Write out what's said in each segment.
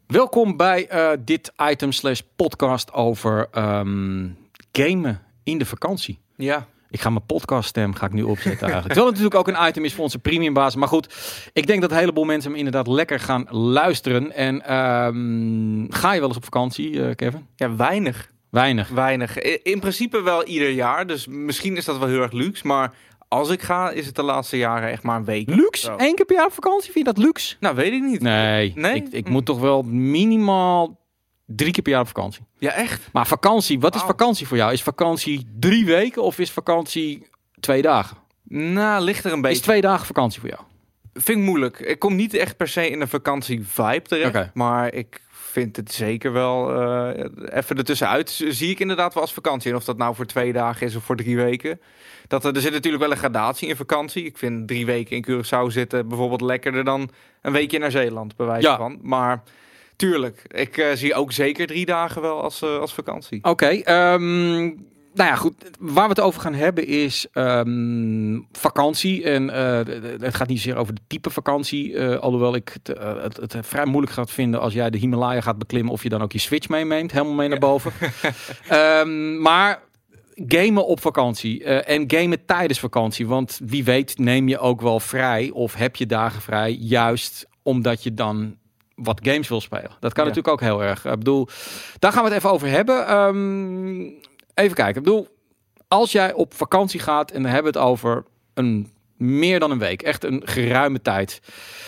Welkom bij dit item / podcast over gamen in de vakantie. Ja. Ik ga mijn podcaststem nu opzetten eigenlijk. Terwijl het natuurlijk ook een item is voor onze premiumbaas. Maar goed, ik denk dat een heleboel mensen hem inderdaad lekker gaan luisteren. En ga je wel eens op vakantie, Kevin? Ja, weinig. Weinig. In principe wel ieder jaar. Dus misschien is dat wel heel erg luxe. Maar als ik ga, is het de laatste jaren echt maar een week. Luxe? Zo. 1 keer per jaar op vakantie? Vind je dat luxe? Nou, weet ik niet. Nee? Ik moet toch wel minimaal 3 keer per jaar op vakantie. Ja, echt? Maar vakantie, wat is vakantie voor jou? Is vakantie 3 weken of is vakantie 2 dagen? Nou, ligt er een beetje. Is 2 dagen vakantie voor jou? Vind ik moeilijk. Ik kom niet echt per se in een vakantie-vibe terecht. Okay. Maar ik vind het zeker wel even ertussenuit. Zie ik inderdaad wel als vakantie. En of dat nou voor 2 dagen is of voor 3 weken. Er zit natuurlijk wel een gradatie in vakantie. Ik vind 3 weken in Curaçao zitten bijvoorbeeld lekkerder dan een weekje naar Zeeland, bij wijze van. Maar tuurlijk, ik zie ook zeker 3 dagen wel als vakantie. Oké, nou ja, goed. Waar we het over gaan hebben is vakantie. En het gaat niet zozeer over de type vakantie. Alhoewel ik het vrij moeilijk ga vinden als jij de Himalaya gaat beklimmen. Of je dan ook je Switch meeneemt. Helemaal mee naar boven. Maar gamen op vakantie. En gamen tijdens vakantie. Want wie weet neem je ook wel vrij. Of heb je dagen vrij. Juist omdat je dan wat games wil spelen. Dat kan natuurlijk ook heel erg. Ik bedoel, daar gaan we het even over hebben. Even kijken. Ik bedoel, als jij op vakantie gaat en dan hebben we het over meer dan een week, echt een geruime tijd.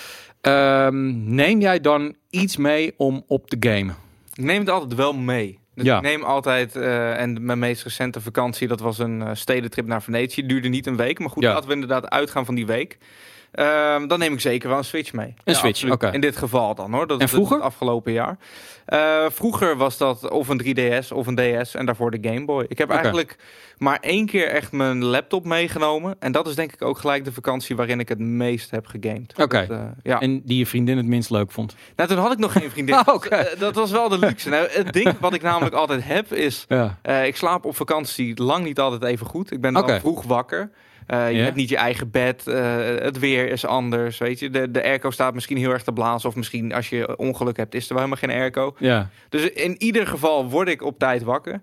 Neem jij dan iets mee om op te gamen? Ik neem het altijd wel mee. Dus ik neem altijd, en mijn meest recente vakantie, dat was een stedentrip naar Venetië. Duurde niet een week, maar goed, laten we inderdaad uitgaan van die week. Dan neem ik zeker wel een Switch mee. Een Switch, oké. In dit geval dan hoor. Dat en vroeger? Het afgelopen jaar. Vroeger was dat of een 3DS of een DS en daarvoor de Game Boy. Ik heb eigenlijk maar 1 keer echt mijn laptop meegenomen. En dat is denk ik ook gelijk de vakantie waarin ik het meest heb gegamed. Oké. En die je vriendin het minst leuk vond? Nou, toen had ik nog geen vriendin. Dat was wel de luxe. Nou, het ding wat ik namelijk altijd heb is, ik slaap op vakantie lang niet altijd even goed. Ik ben dan vroeg wakker. Je hebt niet je eigen bed. Het weer is anders. Weet je, de airco staat misschien heel erg te blazen. Of misschien als je ongeluk hebt, is er wel helemaal geen airco. Ja. Dus in ieder geval word ik op tijd wakker.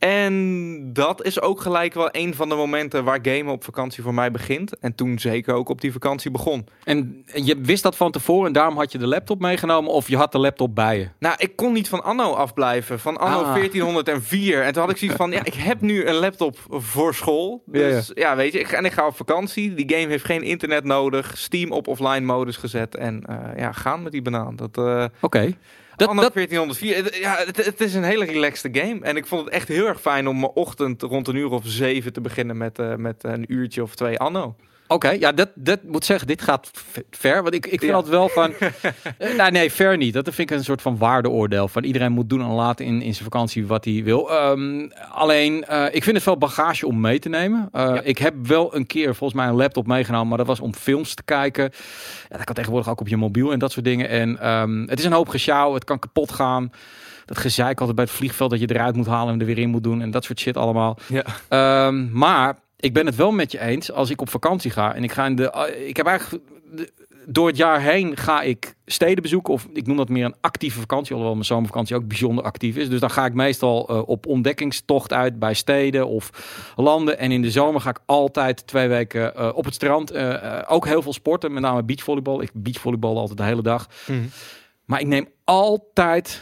En dat is ook gelijk wel een van de momenten waar gamen op vakantie voor mij begint. En toen zeker ook op die vakantie begon. En je wist dat van tevoren en daarom had je de laptop meegenomen of je had de laptop bij je? Nou, ik kon niet van anno afblijven. Van anno 1404. En toen had ik zoiets van, ik heb nu een laptop voor school. Dus weet je, ik ga op vakantie. Die game heeft geen internet nodig. Steam op offline modus gezet. En gaan met die banaan. Oké. Anno 1404. Ja, het is een hele relaxte game. En ik vond het echt heel erg fijn om mijn ochtend rond 7:00 te beginnen met een uurtje of 2 anno. Oké, dat moet zeggen, dit gaat ver. Want ik vind altijd wel van... nee, ver niet. Dat vind ik een soort van waardeoordeel. Van iedereen moet doen en laten in zijn vakantie wat hij wil. Alleen, ik vind het wel bagage om mee te nemen. Ik heb wel een keer volgens mij een laptop meegenomen. Maar dat was om films te kijken. Ja, dat kan tegenwoordig ook op je mobiel en dat soort dingen. En het is een hoop gesjouw. Het kan kapot gaan. Dat gezeik altijd bij het vliegveld dat je eruit moet halen en er weer in moet doen. En dat soort shit allemaal. Ja. Maar ik ben het wel met je eens als ik op vakantie ga en ik heb eigenlijk door het jaar heen ga ik steden bezoeken of ik noem dat meer een actieve vakantie, alhoewel mijn zomervakantie ook bijzonder actief is. Dus dan ga ik meestal op ontdekkingstocht uit bij steden of landen en in de zomer ga ik altijd 2 weken op het strand. Ook heel veel sporten, met name beachvolleybal. Ik beachvolleybal altijd de hele dag. Maar ik neem altijd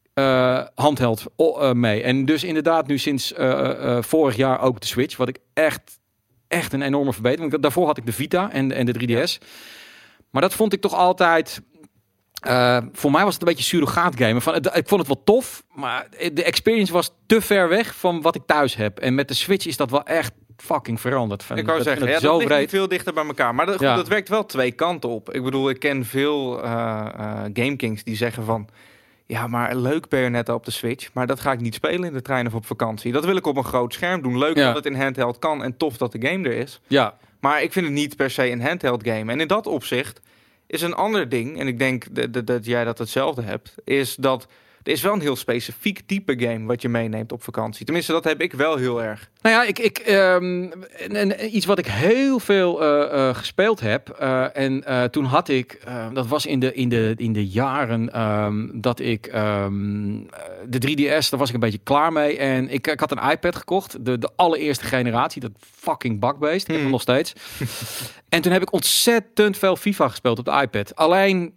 handheld mee. En dus inderdaad nu sinds vorig jaar ook de Switch. Wat ik echt een enorme verbetering. Want daarvoor had ik de Vita en de 3DS. Maar dat vond ik toch altijd... voor mij was het een beetje surrogaat gamen. Ik vond het wel tof, maar de experience was te ver weg van wat ik thuis heb. En met de Switch is dat wel echt fucking veranderd. Ik wou zeggen, dat ligt niet veel dichter bij elkaar. Maar dat werkt wel 2 kanten op. Ik bedoel, ik ken veel GameKings die zeggen van... Ja, maar leuk Bayonetta op de Switch. Maar dat ga ik niet spelen in de trein of op vakantie. Dat wil ik op een groot scherm doen. Leuk dat het in handheld kan en tof dat de game er is. Ja. Maar ik vind het niet per se een handheld game. En in dat opzicht is een ander ding... en ik denk dat jij dat hetzelfde hebt... is dat er is wel een heel specifiek type game wat je meeneemt op vakantie. Tenminste, dat heb ik wel heel erg. Nou ja, iets wat ik heel veel gespeeld heb. Toen had ik, dat was in de jaren dat ik de 3DS, daar was ik een beetje klaar mee. En ik had een iPad gekocht, de allereerste generatie, dat fucking bakbeest. Ik heb hem nog steeds. En toen heb ik ontzettend veel FIFA gespeeld op de iPad. Alleen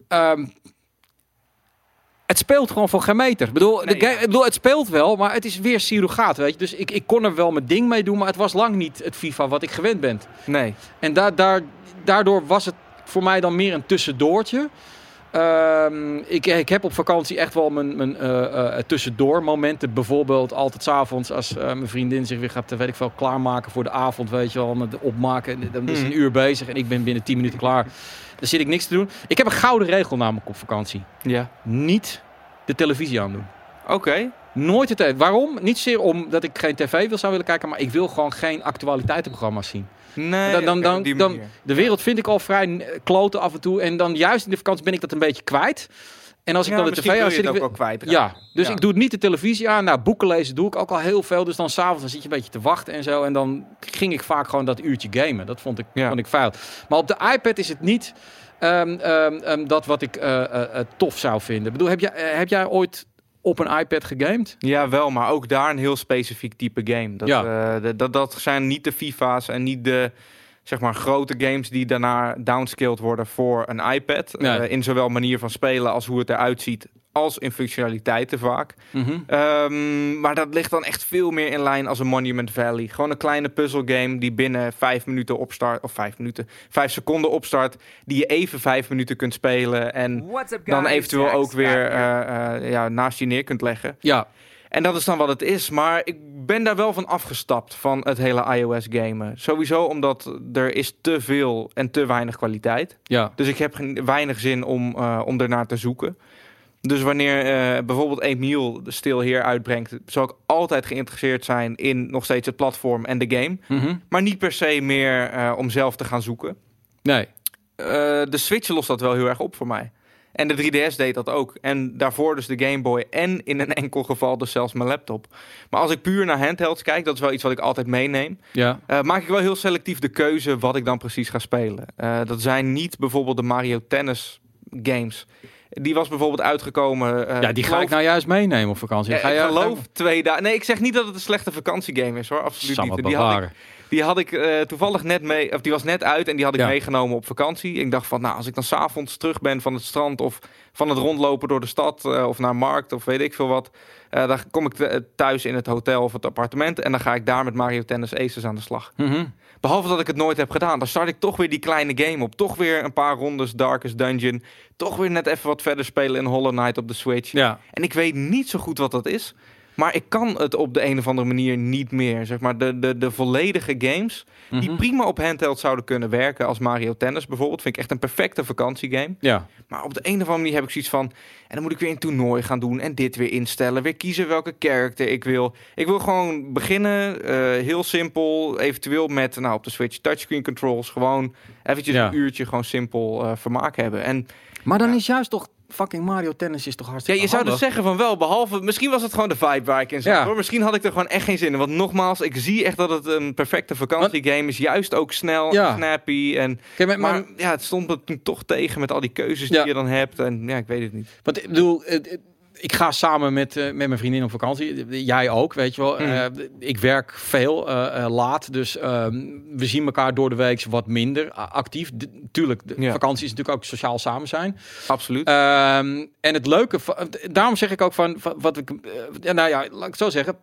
het speelt gewoon voor geen meter. Ik bedoel, het speelt wel, maar het is weer surrogaat, weet je. Dus ik kon er wel mijn ding mee doen, maar het was lang niet het FIFA wat ik gewend ben. Nee. En daardoor was het voor mij dan meer een tussendoortje. Ik heb op vakantie echt wel mijn tussendoor momenten. Bijvoorbeeld altijd 's avonds als mijn vriendin zich weer gaat, weet ik veel, klaarmaken voor de avond, weet je wel, met opmaken. Dan is een uur bezig en ik ben binnen 10 minuten klaar. Dan zit ik niks te doen. Ik heb een gouden regel namelijk op vakantie. Ja. Niet de televisie aandoen. Oké. Nooit de tv. Waarom? Niet zozeer omdat ik geen tv zou willen kijken, maar ik wil gewoon geen actualiteitenprogramma's zien. Nee, de wereld vind ik al vrij kloten af en toe. En dan juist in de vakantie ben ik dat een beetje kwijt. En als ik dan de tv aan zit, ik ook wel kwijt. Ja, dus ik doe het niet de televisie aan. Nou, boeken lezen doe ik ook al heel veel. Dus dan s'avonds dan zit je een beetje te wachten en zo. En dan ging ik vaak gewoon dat uurtje gamen. Dat vond ik fijn. Maar op de iPad is het niet dat wat ik tof zou vinden. Ik bedoel, heb jij ooit op een iPad gegamed? Ja, wel, maar ook daar een heel specifiek type game. Dat zijn niet de FIFA's en niet de, zeg maar, grote games die daarna downscaled worden voor een iPad. Nee. In zowel manier van spelen als hoe het eruit ziet, als in functionaliteiten vaak. Maar dat ligt dan echt veel meer in lijn als een Monument Valley. Gewoon een kleine puzzelgame die binnen 5 minuten opstart, of 5 seconden opstart, die je even 5 minuten kunt spelen en dan eventueel ook weer naast je neer kunt leggen. Ja. En dat is dan wat het is. Maar ik ben daar wel van afgestapt van het hele iOS gamen. Sowieso omdat er is te veel en te weinig kwaliteit. Ja. Dus ik heb weinig zin om ernaar te zoeken. Dus wanneer bijvoorbeeld Emiel Still Here uitbrengt, zal ik altijd geïnteresseerd zijn in nog steeds het platform en de game. Maar niet per se meer om zelf te gaan zoeken. Nee. De Switch lost dat wel heel erg op voor mij. En de 3DS deed dat ook. En daarvoor dus de Game Boy en in een enkel geval dus zelfs mijn laptop. Maar als ik puur naar handhelds kijk, dat is wel iets wat ik altijd meeneem. Ja. Maak ik wel heel selectief de keuze wat ik dan precies ga spelen. Dat zijn niet bijvoorbeeld de Mario Tennis games. Die was bijvoorbeeld uitgekomen. Die ga ik nou juist meenemen op vakantie. Ik geloof 2 dagen. Nee, ik zeg niet dat het een slechte vakantiegame is, hoor. Absoluut niet. Die had ik toevallig net mee, of die was net uit en die had ik meegenomen op vakantie. Ik dacht van, nou, als ik dan 's avonds terug ben van het strand of van het rondlopen door de stad of naar markt of weet ik veel wat, dan kom ik thuis in het hotel of het appartement en dan ga ik daar met Mario Tennis Aces aan de slag. Behalve dat ik het nooit heb gedaan. Dan start ik toch weer die kleine game op. Toch weer een paar rondes Darkest Dungeon. Toch weer net even wat verder spelen in Hollow Knight op de Switch. Ja. En ik weet niet zo goed wat dat is. Maar ik kan het op de een of andere manier niet meer. Zeg maar de volledige games die prima op handheld zouden kunnen werken, als Mario Tennis bijvoorbeeld, vind ik echt een perfecte vakantiegame. Ja. Maar op de een of andere manier heb ik zoiets van, en dan moet ik weer een toernooi gaan doen en dit weer instellen, weer kiezen welke character ik wil. Ik wil gewoon beginnen, heel simpel, eventueel met op de Switch touchscreen controls, gewoon eventjes een uurtje gewoon simpel vermaak hebben. Maar dan is juist toch fucking Mario Tennis is toch hartstikke je zou dus zeggen van wel, behalve, misschien was het gewoon de vibe waar ik in zat, hoor. Misschien had ik er gewoon echt geen zin in. Want nogmaals, ik zie echt dat het een perfecte vakantiegame is. Juist ook snel, snappy. En, maar het stond me toen toch tegen met al die keuzes die je dan hebt. En ik weet het niet. Want ik bedoel, ik ga samen met mijn vriendin op vakantie. Jij ook, weet je wel. Ik werk veel laat, dus we zien elkaar door de week wat minder actief. Tuurlijk, de vakantie is natuurlijk ook sociaal samen zijn. Absoluut. En het leuke, daarom zeg ik ook van wat ik, laat ik het zo zeggen.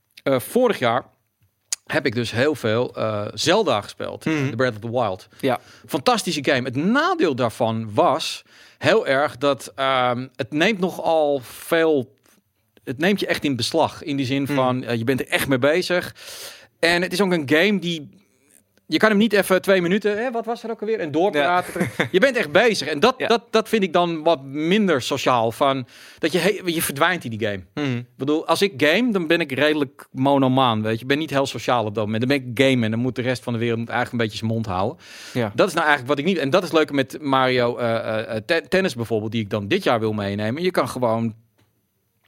Vorig jaar heb ik dus heel veel Zelda gespeeld. The Breath of the Wild. Ja. Fantastische game. Het nadeel daarvan was heel erg dat het neemt nogal veel. Het neemt je echt in beslag. In die zin van, je bent er echt mee bezig. En het is ook een game die, je kan hem niet even 2 minuten, wat was er ook alweer, en doorpraten. Ja. Je bent echt bezig. En dat vind ik dan wat minder sociaal. Van, dat je verdwijnt in die game. Ik bedoel, als ik game, dan ben ik redelijk monomaan. Weet je, ik ben niet heel sociaal op dat moment. Dan ben ik game en dan moet de rest van de wereld eigenlijk een beetje zijn mond houden. Ja. Dat is nou eigenlijk wat ik niet. En dat is leuk met Mario Tennis bijvoorbeeld, die ik dan dit jaar wil meenemen. Je kan gewoon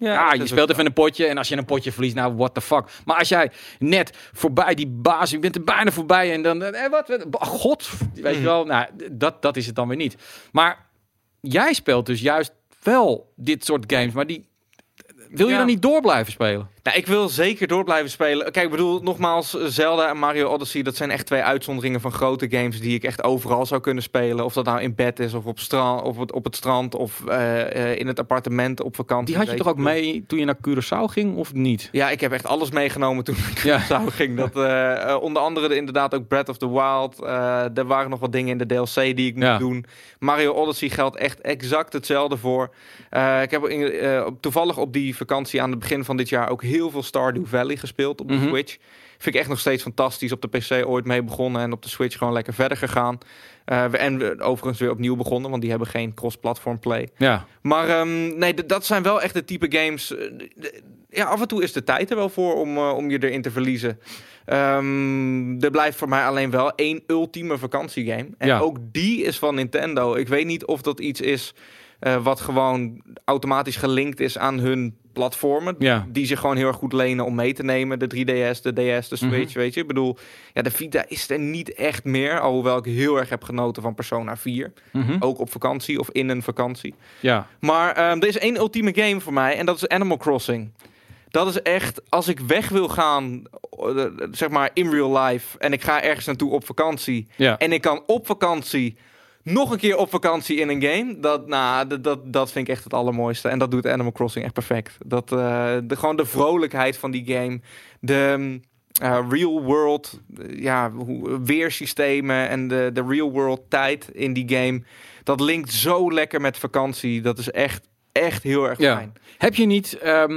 Ja, je speelt even een potje en als je een potje verliest, nou, what the fuck. Maar als jij net voorbij die baas, je bent er bijna voorbij en dan, god, weet je wel, nou, dat is het dan weer niet. Maar jij speelt dus juist wel dit soort games, maar wil je dan niet door blijven spelen? Nou, ik wil zeker door blijven spelen. Kijk, ik bedoel, nogmaals, Zelda en Mario Odyssey, dat zijn echt 2 uitzonderingen van grote games die ik echt overal zou kunnen spelen. Of dat nou in bed is, of op het strand, of in het appartement op vakantie. Die had je toch ook mee toen je naar Curaçao ging, of niet? Ja, ik heb echt alles meegenomen toen ik naar Curaçao ging. Dat, onder andere inderdaad ook Breath of the Wild. Er waren nog wat dingen in de DLC die ik moest doen. Mario Odyssey geldt echt exact hetzelfde voor. Ik heb toevallig op die vakantie aan het begin van dit jaar ook heel veel Stardew Valley gespeeld op de Switch. Vind ik echt nog steeds fantastisch. Op de PC ooit mee begonnen en op de Switch gewoon lekker verder gegaan. En overigens weer opnieuw begonnen, want die hebben geen cross-platform play. Ja. Maar nee, dat zijn wel echt de type games. Af en toe is de tijd er wel voor om je erin te verliezen. Er blijft voor mij alleen wel 1 ultieme vakantiegame. En ook die is van Nintendo. Ik weet niet of dat iets is wat gewoon automatisch gelinkt is aan hun platformen. Die zich gewoon heel erg goed lenen om mee te nemen. De 3DS, de DS, de Switch, weet je. Ik bedoel, de Vita is er niet echt meer. Alhoewel ik heel erg heb genoten van Persona 4. Ook op vakantie of in een vakantie. Ja. Maar er is 1 ultieme game voor mij en dat is Animal Crossing. Dat is echt, als ik weg wil gaan, zeg maar in real life, en ik ga ergens naartoe op vakantie, en ik kan op vakantie nog een keer op vakantie in een game, dat vind ik echt het allermooiste. En dat doet Animal Crossing echt perfect. Gewoon de vrolijkheid van die game, de real world weersystemen en de real world tijd in die game, dat linkt zo lekker met vakantie. Dat is echt heel erg fijn. Heb je niet,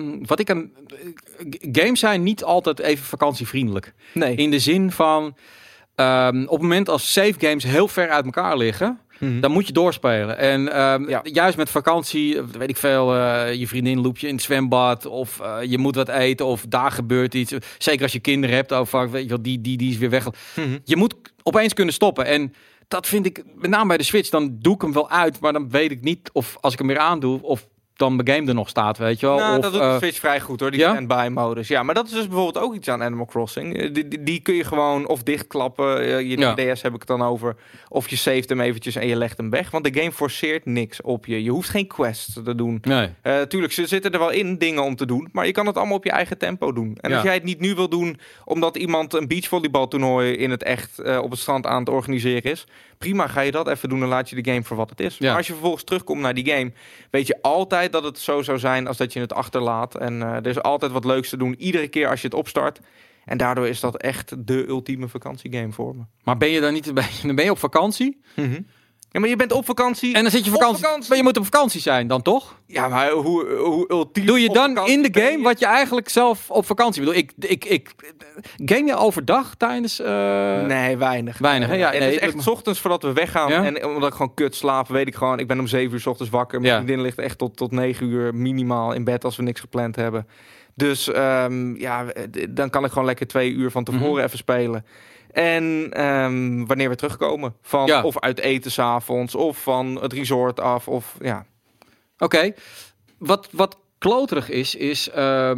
games zijn niet altijd even vakantievriendelijk. Nee. In de zin van, op het moment als save games heel ver uit elkaar liggen, dan moet je doorspelen. En juist met vakantie, weet ik veel, je vriendin loopt je in het zwembad, of je moet wat eten, of daar gebeurt iets. Zeker als je kinderen hebt, of weet je wel, die is weer weg. Je moet opeens kunnen stoppen. En dat vind ik, met name bij de Switch, dan doe ik hem wel uit, maar dan weet ik niet of als ik hem weer aandoe, of dan mijn game er nog staat, weet je wel. Nou, dat doet de Switch vrij goed hoor, die stand-by-modus. Ja, maar dat is dus bijvoorbeeld ook iets aan Animal Crossing. Die kun je gewoon of dichtklappen, je DS heb ik het dan over, of je saved hem eventjes en je legt hem weg. Want de game forceert niks op je. Je hoeft geen quests te doen. Nee. Tuurlijk, ze zitten er wel in dingen om te doen, maar je kan het allemaal op je eigen tempo doen. En als jij het niet nu wil doen, omdat iemand een beachvolleybaltoernooi in het echt op het strand aan het organiseren is, prima, ga je dat even doen en laat je de game voor wat het is. Maar als je vervolgens terugkomt naar die game, weet je altijd dat het zo zou zijn als dat je het achterlaat. En er is altijd wat leuks te doen, iedere keer als je het opstart. En daardoor is dat echt de ultieme vakantiegame voor me. Maar ben je dan niet dan ben je op vakantie? Ja, maar je bent op vakantie. En dan zit je vakantie. Maar je moet op vakantie zijn dan, toch? Ja, maar hoe ultiem doe je dan in de game wat je eigenlijk zelf op vakantie bedoel? Ik game je overdag tijdens? Nee, weinig. Weinig, hè? Ja, het is echt 's ochtends voordat we weggaan. Ja? En omdat ik gewoon kut slaap, weet ik gewoon, ik ben om 7 uur 's ochtends wakker. Mijn vriendin ligt echt tot 9 uur minimaal in bed als we niks gepland hebben. Dus dan kan ik gewoon lekker 2 uur van tevoren even spelen. En wanneer we terugkomen. Of uit eten 's avonds, of van het resort af. Of Oké. Wat kloterig is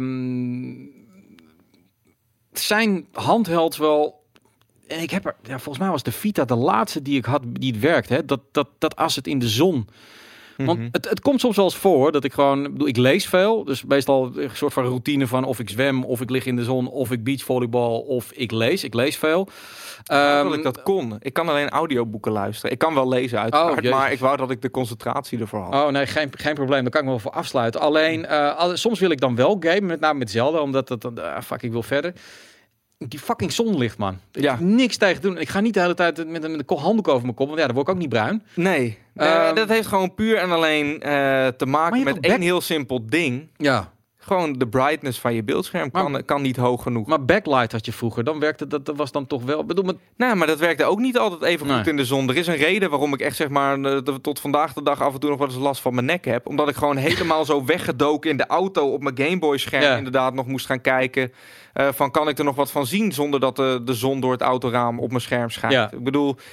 zijn handhelds wel. En ik heb volgens mij was de Vita de laatste die ik had die het werkt. Hè? Dat als het in de zon. Want het komt soms wel eens voor dat ik gewoon, ik lees veel, dus meestal een soort van routine van of ik zwem, of ik lig in de zon, of ik beachvolleybal, of ik lees veel. Dat ik dat kon. Ik kan alleen audioboeken luisteren. Ik kan wel lezen uiteraard, maar ik wou dat ik de concentratie ervoor had. Oh nee, geen probleem. Daar kan ik me wel voor afsluiten. Alleen, soms wil ik dan wel gamen, met name met Zelda, omdat ik wil verder. Die fucking zonlicht, man. Ik heb niks tegen doen. Ik ga niet de hele tijd met een handdoek over mijn kop, want dan word ik ook niet bruin. Nee, dat heeft gewoon puur en alleen te maken met één heel simpel ding. Ja. Gewoon de brightness van je beeldscherm kan niet hoog genoeg. Maar backlight had je vroeger, dan werkte dat was dan toch wel. Maar dat werkte ook niet altijd even goed in de zon. Er is een reden waarom ik echt zeg maar tot vandaag de dag af en toe nog wel eens last van mijn nek heb. Omdat ik gewoon helemaal zo weggedoken in de auto op mijn Game Boy scherm inderdaad nog moest gaan kijken. Kan ik er nog wat van zien zonder dat de zon door het autoraam op mijn scherm schijnt. Ja. Ik bedoel,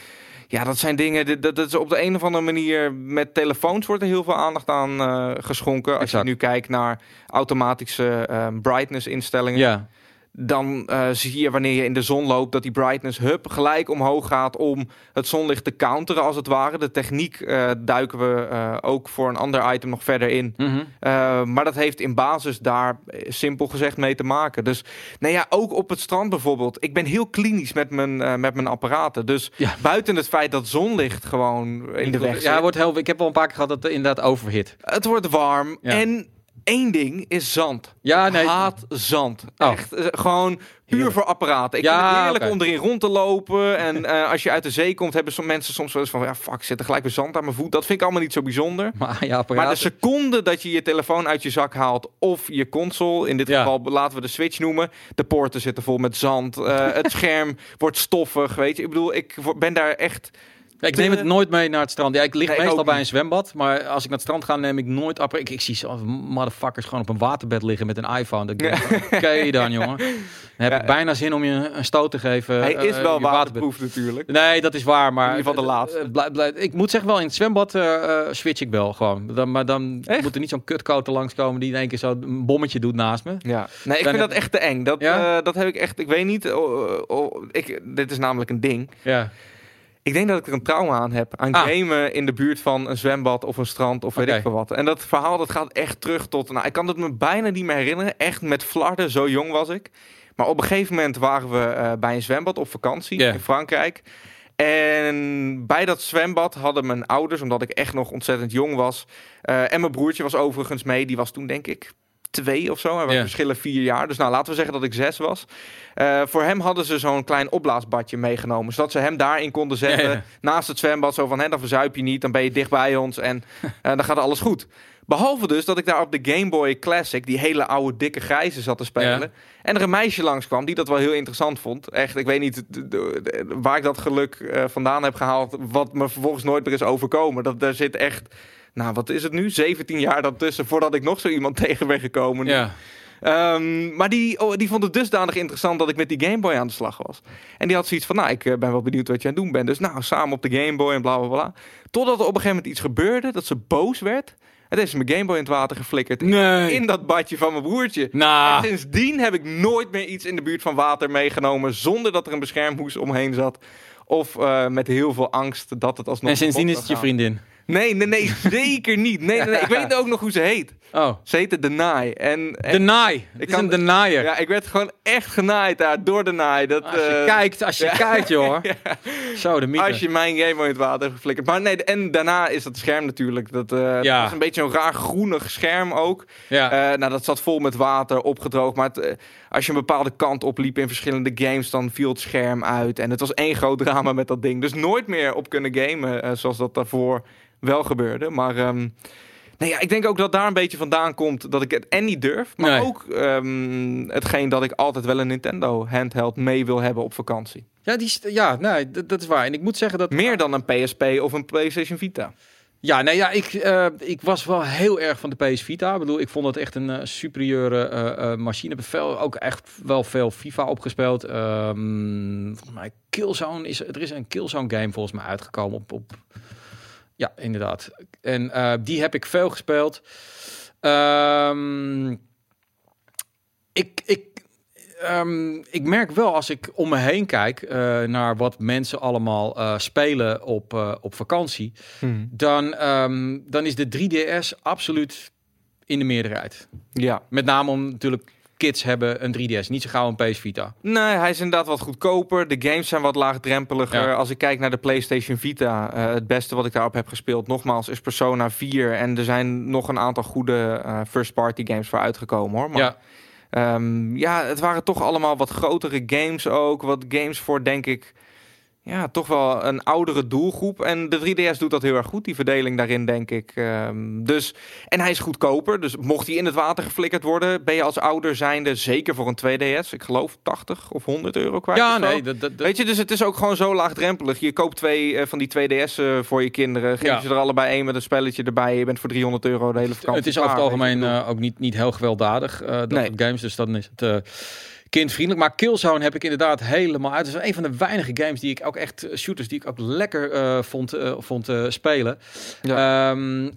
Ja, dat zijn dingen, dat is op de een of andere manier, met telefoons wordt er heel veel aandacht aan geschonken. Als je nu kijkt naar automatische brightness instellingen. Ja. Dan zie je wanneer je in de zon loopt dat die brightness gelijk omhoog gaat om het zonlicht te counteren als het ware. De techniek duiken we ook voor een ander item nog verder in. Mm-hmm. Maar dat heeft in basis daar simpel gezegd mee te maken. Dus nou ja, ook op het strand bijvoorbeeld. Ik ben heel klinisch met mijn apparaten. Dus buiten het feit dat zonlicht gewoon in de weg zit. Ja, ik heb wel een paar keer gehad dat het inderdaad overhit. Het wordt warm en... Eén ding is zand. Ja, nee. Ik haat zand. Echt, gewoon puur voor apparaten. Ik vind het heerlijk om erin rond te lopen. En als je uit de zee komt, hebben mensen soms wel eens van... Ja, fuck, zit er gelijk weer zand aan mijn voet. Dat vind ik allemaal niet zo bijzonder. Maar de seconde dat je je telefoon uit je zak haalt... of je console, in dit geval laten we de Switch noemen... de poorten zitten vol met zand. Het scherm wordt stoffig, weet je. Ik bedoel, ik ben daar echt... Ja, ik neem het nooit mee naar het strand. Ja, ik lig meestal bij een zwembad. Maar als ik naar het strand ga, neem ik nooit... Ik zie zo'n motherfuckers gewoon op een waterbed liggen met een iPhone. Oké dan, jongen. Dan heb ik bijna zin om je een stoot te geven. Hij is wel waterproof natuurlijk. Nee, dat is waar. Maar in ieder geval de laatste. Ik moet zeggen, wel in het zwembad switch ik wel gewoon. Maar dan moet er niet zo'n kutcoat langskomen die in één keer zo een bommetje doet naast me. Ja. Nee, ik vind dat echt te eng. Dat heb ik echt... Ik weet niet... dit is namelijk een ding. Ja. Ik denk dat ik er een trauma aan heb. Aan gamen in de buurt van een zwembad of een strand of weet ik veel wat. En dat verhaal dat gaat echt terug tot... Nou, ik kan het me bijna niet meer herinneren. Echt met flarden, zo jong was ik. Maar op een gegeven moment waren we bij een zwembad op vakantie in Frankrijk. En bij dat zwembad hadden mijn ouders, omdat ik echt nog ontzettend jong was... en mijn broertje was overigens mee. Die was toen denk ik 2 of zo. En we verschillen 4 jaar. Dus nou, laten we zeggen dat ik 6 was. Voor hem hadden ze zo'n klein opblaasbadje meegenomen. Zodat ze hem daarin konden zetten. Naast het zwembad. Zo van, dan verzuip je niet. Dan ben je dicht bij ons. En dan gaat alles goed. Behalve dus dat ik daar op de Game Boy Classic... die hele oude, dikke grijze zat te spelen. Ja. En er een meisje langskwam die dat wel heel interessant vond. Echt, ik weet niet waar ik dat geluk vandaan heb gehaald... wat me vervolgens nooit meer is overkomen. Daar zit echt... Nou, wat is het nu? 17 jaar daartussen voordat ik nog zo iemand tegen ben gekomen. Ja. Maar die vond het dusdanig interessant dat ik met die Game Boy aan de slag was. En die had zoiets van, nou, ik ben wel benieuwd wat je aan het doen bent. Dus nou, samen op de Game Boy en bla bla bla. Totdat er op een gegeven moment iets gebeurde, dat ze boos werd. En heeft ze mijn Game Boy in het water geflikkerd. In dat badje van mijn broertje. En sindsdien heb ik nooit meer iets in de buurt van water meegenomen zonder dat er een beschermhoes omheen zat. Of met heel veel angst dat het alsnog... En sindsdien is het je vriendin? Nee, zeker niet. Nee. Ik weet ook nog hoe ze heet. Oh. Ze heette Denai. Denai. Het is een denier. Ja, ik werd gewoon echt genaaid daar door Denai. Als je kijkt, joh. Zo, de mythe. Als je mijn Game Boy in het water hebt geflikkerd. Maar nee, en daarna is dat scherm natuurlijk. Dat was een beetje een raar groenig scherm ook. Ja. Dat zat vol met water, opgedroogd. Maar als je een bepaalde kant opliep in verschillende games, dan viel het scherm uit. En het was één groot drama met dat ding. Dus nooit meer op kunnen gamen zoals dat daarvoor wel gebeurde. Maar ik denk ook dat daar een beetje vandaan komt dat ik het niet durf. Maar ook hetgeen dat ik altijd wel een Nintendo handheld mee wil hebben op vakantie. Ja, dat is waar. En ik moet zeggen dat... Meer dan een PSP of een PlayStation Vita. Ja, ik was wel heel erg van de PS Vita. Ik bedoel, ik vond het echt een superieure machine. Ik heb ook echt wel veel FIFA opgespeeld. Volgens mij Killzone er is een Killzone game volgens mij uitgekomen op ja, inderdaad. En die heb ik veel gespeeld. Ik merk wel als ik om me heen kijk naar wat mensen allemaal spelen op vakantie, dan is de 3DS absoluut in de meerderheid. Ja. Met name om natuurlijk kids hebben een 3DS, niet zo gauw een PS Vita. Nee, hij is inderdaad wat goedkoper. De games zijn wat laagdrempeliger. Ja. Als ik kijk naar de PlayStation Vita, het beste wat ik daarop heb gespeeld, nogmaals, is Persona 4. En er zijn nog een aantal goede first-party games voor uitgekomen, hoor. Maar, het waren toch allemaal wat grotere games ook. Wat games voor, denk ik, ja, toch wel een oudere doelgroep. En de 3DS doet dat heel erg goed, die verdeling daarin, denk ik. En hij is goedkoper. Dus mocht hij in het water geflikkerd worden, ben je als ouder zijnde zeker voor een 2DS, ik geloof 80 of 100 euro kwijt. Ja, nee. Weet je, dus het is ook gewoon zo laagdrempelig. Je koopt 2 van die 2DS'en voor je kinderen. Geef ze er allebei 1 met een spelletje erbij. Je bent voor €300 de hele vakantie. Het is over het algemeen ook niet heel gewelddadig, dat soort games. Dus dan is het... kindvriendelijk. Maar Killzone heb ik inderdaad helemaal uit. Het is een van de weinige games die ik ook echt... shooters die ik ook lekker vond spelen. Ja.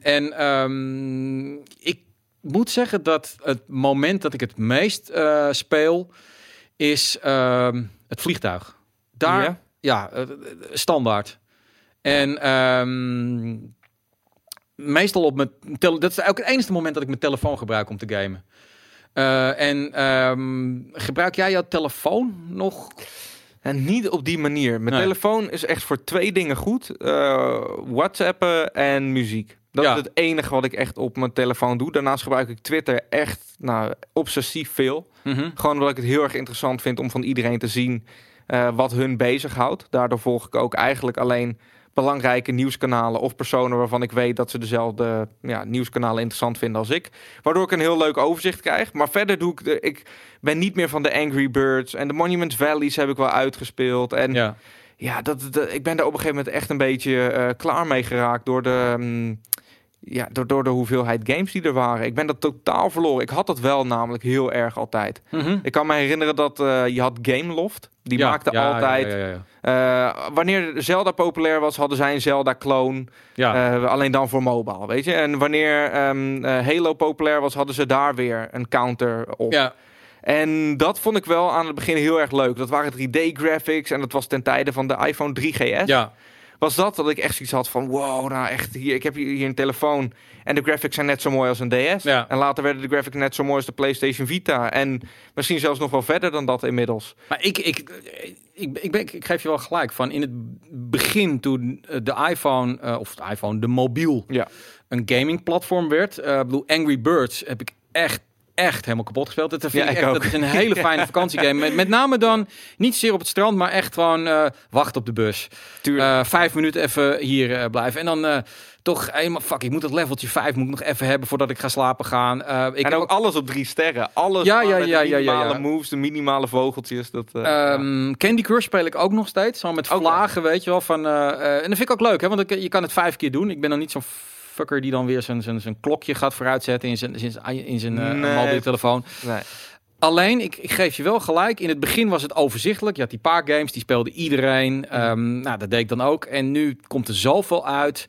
Ik moet zeggen dat het moment dat ik het meest speel... is het vliegtuig. Daar, standaard. En meestal op mijn telefoon... Dat is ook het enige moment dat ik mijn telefoon gebruik om te gamen. Gebruik jij jouw telefoon nog? En niet op die manier. Mijn telefoon is echt voor 2 dingen goed. WhatsAppen en muziek. Dat is het enige wat ik echt op mijn telefoon doe. Daarnaast gebruik ik Twitter echt obsessief veel. Mm-hmm. Gewoon omdat ik het heel erg interessant vind om van iedereen te zien wat hun bezighoudt. Daardoor volg ik ook eigenlijk alleen belangrijke nieuwskanalen of personen waarvan ik weet dat ze dezelfde nieuwskanalen interessant vinden als ik. Waardoor ik een heel leuk overzicht krijg. Maar verder doe ik ben niet meer van de Angry Birds en de Monument Valleys heb ik wel uitgespeeld. En ik ben daar op een gegeven moment echt een beetje klaar mee geraakt door door de hoeveelheid games die er waren. Ik ben dat totaal verloren. Ik had dat wel namelijk heel erg altijd. Mm-hmm. Ik kan me herinneren dat je had Gameloft. Die maakte altijd... wanneer Zelda populair was, hadden zij een Zelda-clone. Alleen dan voor mobile, weet je. En wanneer Halo populair was, hadden ze daar weer een counter op. Ja. En dat vond ik wel aan het begin heel erg leuk. Dat waren 3D-graphics en dat was ten tijde van de iPhone 3GS. Ja. Was dat ik echt zoiets had van... wow, nou echt, ik heb hier een telefoon... en de graphics zijn net zo mooi als een DS. Ja. En later werden de graphics net zo mooi als de PlayStation Vita. En misschien zelfs nog wel verder dan dat inmiddels. Maar ik geef je wel gelijk van... in het begin toen de iPhone... de mobiel... een gamingplatform werd. Angry Birds heb ik echt helemaal kapot gespeeld. Dat is een hele fijne vakantiegame. Met name dan niet zozeer op het strand, maar echt gewoon wachten op de bus. 5 minuten even hier blijven. En dan toch eenmaal, ik moet dat leveltje 5 moet ik nog even hebben voordat ik ga slapen gaan. Ik heb ook alles op 3 sterren. Alles de minimale moves, de minimale vogeltjes. Candy Crush speel ik ook nog steeds. Zo met vlagen, weet je wel. En dat vind ik ook leuk, hè, want je kan het 5 keer doen. Ik ben dan niet zo'n fucker die dan weer zijn klokje gaat vooruitzetten in zijn mobiele telefoon. Nee. Alleen, ik geef je wel gelijk. In het begin was het overzichtelijk. Je had die paar games, die speelde iedereen. Dat deed ik dan ook. En nu komt er zoveel uit.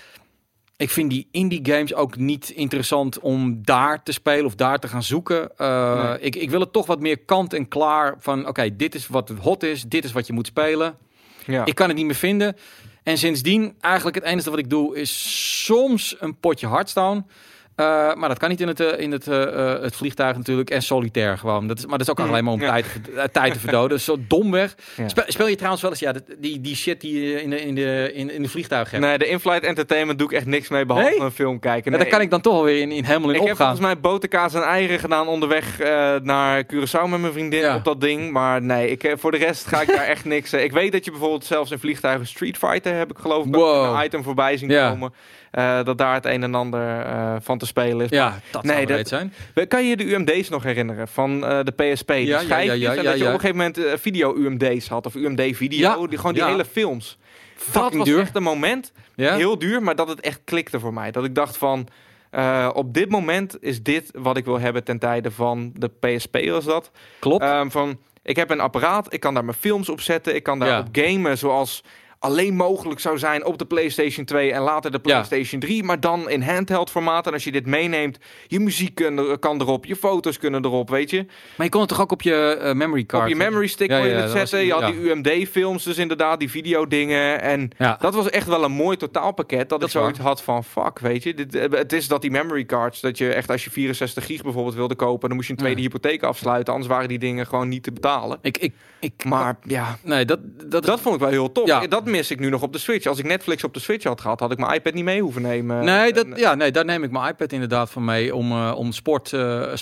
Ik vind die indie games ook niet interessant om daar te spelen of daar te gaan zoeken. Ik wil het toch wat meer kant en klaar van... Oké, dit is wat hot is. Dit is wat je moet spelen. Ja. Ik kan het niet meer vinden. En sindsdien, eigenlijk het enige wat ik doe, is soms een potje Hearthstone. Maar dat kan niet in het vliegtuig natuurlijk. En solitair gewoon. Maar dat is ook alleen maar om tijd te verdoden. Zo domweg. Ja. Speel je trouwens wel eens die shit die je in de vliegtuig hebt? Nee, de in-flight entertainment doe ik echt niks mee, behalve een film kijken. Nee. Daar kan ik dan toch alweer helemaal in opgaan. Ik heb volgens mij boterkaas en eieren gedaan onderweg naar Curaçao met mijn vriendin op dat ding. Maar nee, voor de rest ga ik daar echt niks. Ik weet dat je bijvoorbeeld zelfs in vliegtuigen Street Fighter heb ik geloof ik een item voorbij zien komen. Dat daar het een en ander van te spelen is. Ja, dat zou breed zijn. Kan je de UMD's nog herinneren van de PSP? Ja, schijfjes, en dat je op een gegeven moment video-UMD's had. Of UMD-video. Die hele films. Dat was echt een moment. Ja? Heel duur, maar dat het echt klikte voor mij. Dat ik dacht van... op dit moment is dit wat ik wil hebben ten tijde van de PSP was dat. Klopt. Ik heb een apparaat, ik kan daar mijn films op zetten. Ik kan daar op gamen zoals... alleen mogelijk zou zijn op de PlayStation 2 en later de PlayStation 3, maar dan in handheld formaat. En als je dit meeneemt, je muziek kan erop, je foto's kunnen erop, weet je. Maar je kon het toch ook op je memory card? Op je memory stick kon je het zetten. Je had die UMD-films dus inderdaad, die videodingen. En dat was echt wel een mooi totaalpakket dat ik zoiets had van, fuck, weet je. Het is dat die memory cards, dat je echt als je 64 gig bijvoorbeeld wilde kopen, dan moest je een tweede hypotheek afsluiten, anders waren die dingen gewoon niet te betalen. Maar ja, nee, dat vond ik wel heel tof. Ja. Dat mis ik nu nog op de Switch. Als ik Netflix op de Switch had gehad, had ik mijn iPad niet mee hoeven nemen. Nee, daar neem ik mijn iPad inderdaad van mee om sport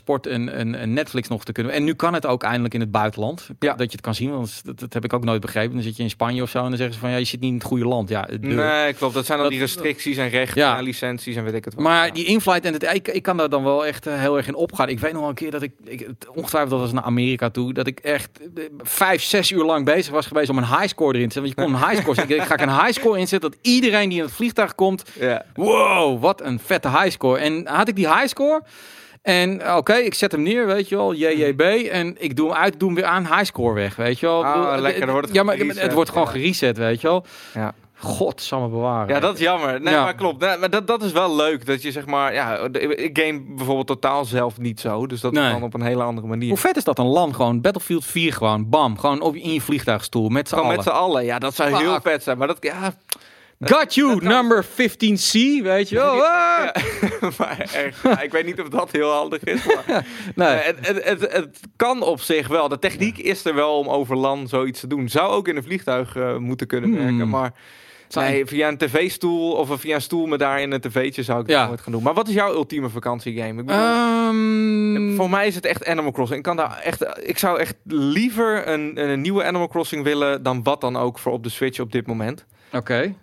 en Netflix nog te kunnen. En nu kan het ook eindelijk in het buitenland. Dat je het kan zien, want dat heb ik ook nooit begrepen. Dan zit je in Spanje of zo en dan zeggen ze van je zit niet in het goede land. Ja, nee, klopt. Dat zijn dan die restricties en rechten en licenties en weet ik het wel. Maar die in-flight en ik kan daar dan wel echt heel erg in opgaan. Ik weet nog wel een keer dat ik ongetwijfeld dat was naar Amerika toe, dat ik echt 5-6 uur lang bezig was geweest om een highscore erin te zetten. Want je kon een highscore ga ik een highscore inzetten dat iedereen die in het vliegtuig komt... Wow, wat een vette highscore. En had ik die highscore... En oké, ik zet hem neer, weet je wel, JJB. En ik doe hem uit, doe hem weer aan, highscore weg, weet je wel. Lekker, dan wordt het ja, maar het wordt gewoon gereset, weet je wel. Ja. God zal me bewaren. Ja, dat is jammer. Nee, maar klopt. Nee, maar dat is wel leuk. Dat je zeg maar... Ja, ik game bijvoorbeeld totaal zelf niet zo. Dus dat is dan op een hele andere manier. Hoe vet is dat een LAN gewoon? Battlefield 4 gewoon. Bam. Gewoon in je vliegtuigstoel. Met z'n allen. Met z'n allen. Ja, dat zou heel vet zijn. Maar dat... Ja, got you, number 15C, weet je wel. Ja, maar echt, ik weet niet of dat heel handig is. Maar nee. Het kan op zich wel. De techniek is er wel om over LAN zoiets te doen. Zou ook in een vliegtuig moeten kunnen werken. Maar nee, via een tv-stoel of via een stoel met daarin een tv'tje zou ik het nooit gaan doen. Maar wat is jouw ultieme vakantiegame? Ik bedoel, voor mij is het echt Animal Crossing. Ik zou echt liever een nieuwe Animal Crossing willen dan wat dan ook voor op de Switch op dit moment. Oké.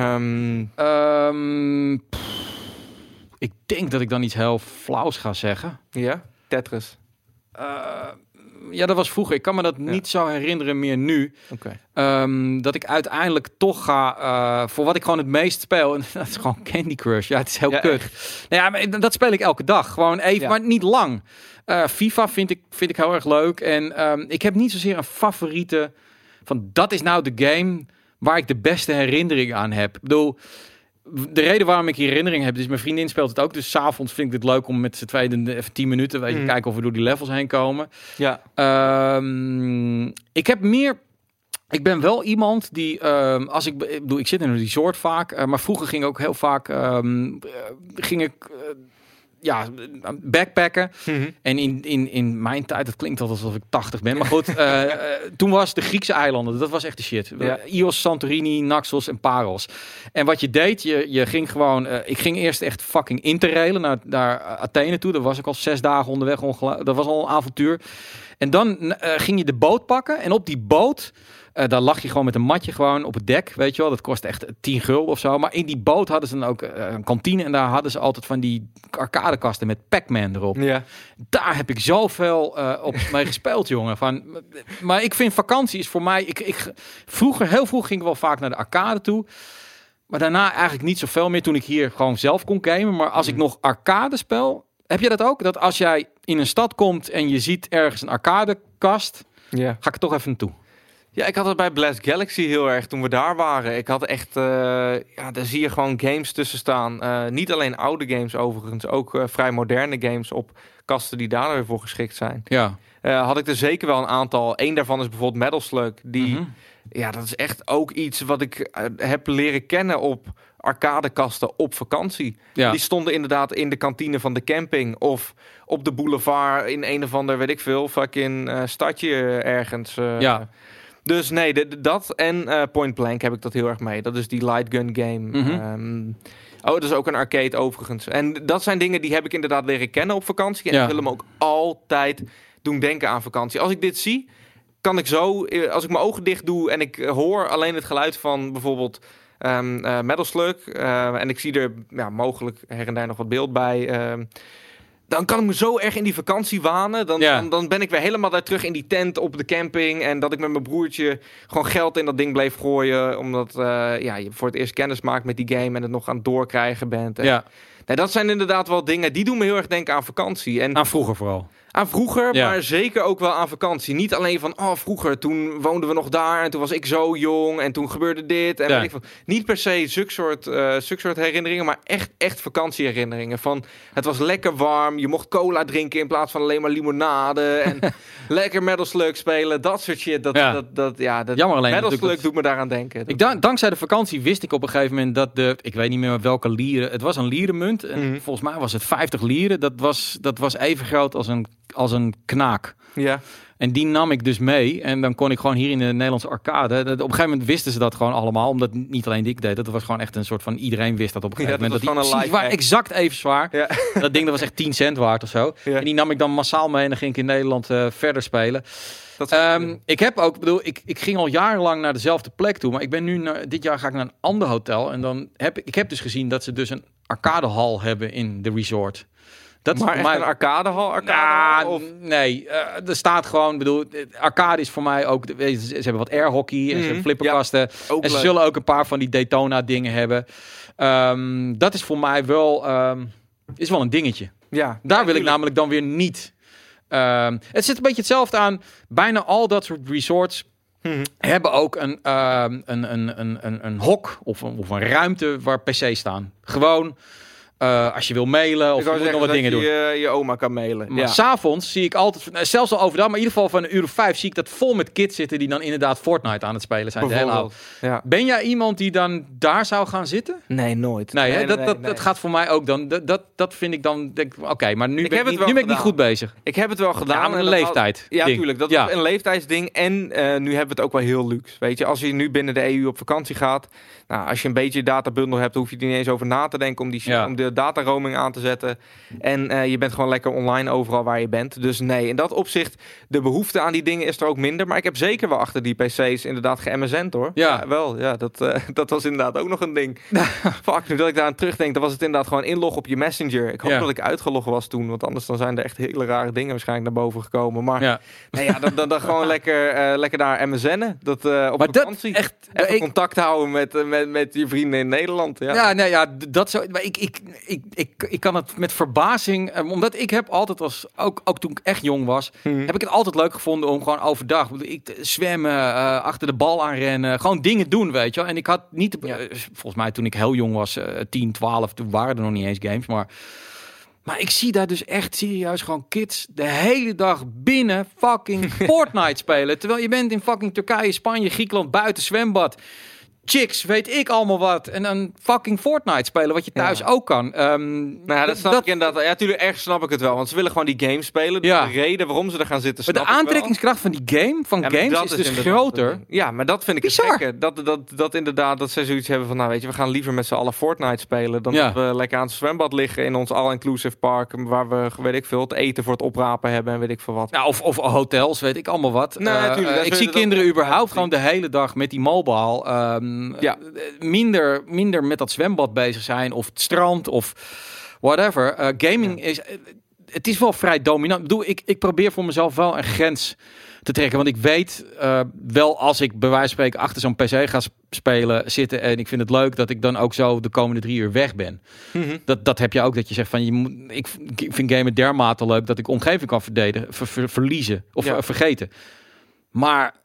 Ik denk dat ik dan iets heel flauws ga zeggen. Ja? Tetris. Ja, dat was vroeger. Ik kan me dat niet zo herinneren meer nu. Okay. Dat ik uiteindelijk toch ga voor wat ik gewoon het meest speel. En dat is gewoon Candy Crush. Ja, het is heel kut. Nou ja, maar dat speel ik elke dag. Gewoon even, maar niet lang. FIFA vind ik heel erg leuk. En ik heb niet zozeer een favoriete van dat is nou de game waar ik de beste herinnering aan heb. Ik bedoel, de reden waarom ik hier herinnering heb, is mijn vriendin speelt het ook. Dus 's avonds vind ik het leuk om met z'n tweeën even 10 minuten, weet je, kijken of we door die levels heen komen. Ja. Ik ben wel iemand die, ik zit in een resort vaak, maar vroeger ging ik ook heel vaak, backpacken. En in mijn tijd, het klinkt alsof ik 80 ben, maar goed, toen was de Griekse eilanden, dat was echt de shit. Ios, Santorini, Naxos en Paros. En wat je deed, je ging gewoon, ik ging eerst echt fucking interrailen naar Athene toe. Daar was ik al 6 dagen onderweg, dat was al een avontuur. En dan ging je de boot pakken en op die boot, daar lag je gewoon met een matje gewoon op het dek, weet je wel. Dat kost echt 10 gulden of zo. Maar in die boot hadden ze dan ook een kantine en daar hadden ze altijd van die arcadekasten met Pac-Man erop. Ja. Daar heb ik zoveel op mee gespeeld, jongen. Maar ik vind vakantie is voor mij... Heel vroeg ging ik wel vaak naar de arcade toe. Maar daarna eigenlijk niet zoveel meer toen ik hier gewoon zelf kon gamen. Maar als ik nog arcade speel... Heb je dat ook? Dat als jij in een stad komt en je ziet ergens een arcadekast... Ga ik er toch even naartoe. Ja, ik had het bij Blast Galaxy heel erg toen we daar waren. Ik had echt, daar zie je gewoon games tussen staan. Niet alleen oude games overigens, ook vrij moderne games op kasten die daar weer voor geschikt zijn. Ja. Had ik er zeker wel een aantal. Eén daarvan is bijvoorbeeld Metal Slug. Ja, dat is echt ook iets wat ik heb leren kennen op arcadekasten op vakantie. Ja. Die stonden inderdaad in de kantine van de camping of op de boulevard in een of ander, weet ik veel, fucking stadje ergens. Ja. Dus nee, dat en Point Blank heb ik dat heel erg mee. Dat is die light gun game. Dat is ook een arcade overigens. En dat zijn dingen die heb ik inderdaad leren kennen op vakantie. En ik wil hem ook altijd doen denken aan vakantie. Als ik dit zie, kan ik zo, als ik mijn ogen dicht doe en ik hoor alleen het geluid van bijvoorbeeld Metal Slug. En ik zie er mogelijk her en daar nog wat beeld bij. Dan kan ik me zo erg in die vakantie wanen. Dan ben ik weer helemaal daar terug in die tent op de camping. En dat ik met mijn broertje gewoon geld in dat ding bleef gooien. Omdat je voor het eerst kennis maakt met die game en het nog aan het doorkrijgen bent. Nee, dat zijn inderdaad wel dingen, die doen me heel erg denken aan vakantie. En aan vroeger vooral. Aan vroeger, maar zeker ook wel aan vakantie. Niet alleen van, vroeger, toen woonden we nog daar en toen was ik zo jong en toen gebeurde dit. En weet ik veel. Niet per se zulk soort herinneringen, maar echt vakantieherinneringen. Van, het was lekker warm, je mocht cola drinken in plaats van alleen maar limonade. En lekker Metal Slug spelen, dat soort shit. Jammer alleen. Metal Slug doet me daaraan denken. Dankzij de vakantie wist ik op een gegeven moment dat ik weet niet meer welke lieren, het was een lierenmunt. En volgens mij was het 50 lieren. Dat was even groot als een knaak. Ja. En die nam ik dus mee. En dan kon ik gewoon hier in de Nederlandse arcade. Op een gegeven moment wisten ze dat gewoon allemaal. Omdat niet alleen ik deed. Dat was gewoon echt een soort van... Iedereen wist dat op een gegeven moment. Dat die exact even zwaar. Ja. Dat ding dat was echt 10 cent waard of zo. Ja. En die nam ik dan massaal mee. En dan ging ik in Nederland verder spelen. Ik heb ook... Ik ging al jarenlang naar dezelfde plek toe. Maar ik ben nu... dit jaar ga ik naar een ander hotel. En dan heb ik dus gezien dat ze dus een arcadehal hebben in de resort. Dat maar is echt een arcadehal? Nee, er staat gewoon... arcade is voor mij ook... Ze hebben wat airhockey en ze hebben flipperkasten. Ja, en leuk. Ze zullen ook een paar van die Daytona dingen hebben. Dat is voor mij wel... is wel een dingetje. Ja. Daar wil ik namelijk dan weer niet. Het zit een beetje hetzelfde aan. Bijna al dat soort resorts hebben ook een hok of een ruimte waar PC's staan. Gewoon als je wil mailen of je moet nog wat dingen doen. Je oma kan mailen. Maar 's avonds zie ik altijd, zelfs al overdag, maar in ieder geval van 1:05 zie ik dat vol met kids zitten die dan inderdaad Fortnite aan het spelen zijn. De hele avond. Ja. Ben jij iemand die dan daar zou gaan zitten? Nee, nooit. Nee, dat gaat voor mij ook dan. Dat vind ik dan. Oké, maar nu ben ik niet goed bezig. Ik heb het wel gedaan. Ja, maar een leeftijd. Ja, tuurlijk. Dat is een leeftijdsding. En nu hebben we het ook wel heel luxe. Weet je, als je nu binnen de EU op vakantie gaat. Nou, als je een beetje databundel hebt, hoef je er niet eens over na te denken om de data roaming aan te zetten. En je bent gewoon lekker online overal waar je bent. Dus nee, in dat opzicht, de behoefte aan die dingen is er ook minder. Maar ik heb zeker wel achter die PC's inderdaad ge-MSN'd hoor. Ja, wel. Ja, dat was inderdaad ook nog een ding. Fuck, nu dat ik daar aan terugdenk, dan was het inderdaad gewoon inloggen op je Messenger. Ik hoop dat ik uitgelogd was toen, want anders dan zijn er echt hele rare dingen waarschijnlijk naar boven gekomen. Maar dan gewoon lekker daar MSN'en. Dat op maar vakantie. Dat echt, even contact houden met je vrienden in Nederland. Dat zo. Maar ik kan het met verbazing, omdat ik heb altijd ook toen ik echt jong was, heb ik het altijd leuk gevonden om gewoon overdag zwemmen, achter de bal aan rennen, gewoon dingen doen, weet je wel. En ik had niet, volgens mij toen ik heel jong was, 10, 12, toen waren er nog niet eens games, maar ik zie daar dus echt serieus gewoon kids de hele dag binnen fucking Fortnite spelen. Terwijl je bent in fucking Turkije, Spanje, Griekenland, buiten zwembad. Chicks, weet ik allemaal wat. En dan fucking Fortnite spelen, wat je thuis ook kan. Dat snap ik inderdaad. Ja, natuurlijk, ergens snap ik het wel. Want ze willen gewoon die game spelen. Dus de reden waarom ze er gaan zitten, maar de aantrekkingskracht van die game, games, is dus groter. Ja, maar dat vind ik het gekke. Dat inderdaad, dat ze zoiets hebben van, nou weet je, we gaan liever met z'n allen Fortnite spelen, dan dat we lekker aan het zwembad liggen in ons all-inclusive park, waar we, weet ik veel, het eten voor het oprapen hebben en weet ik veel wat. Ja, of hotels, weet ik allemaal wat. Ik zie kinderen überhaupt gewoon de hele dag met die mobile minder met dat zwembad bezig zijn of het strand of whatever. Gaming het is wel vrij dominant. Ik probeer voor mezelf wel een grens te trekken, want ik weet wel als ik bij wijze van spreken achter zo'n PC ga spelen zitten en ik vind het leuk dat ik dan ook zo de komende 3 uur weg ben. Dat heb je ook, dat je zegt van ik vind gamen dermate leuk dat ik omgeving kan verliezen of vergeten. Maar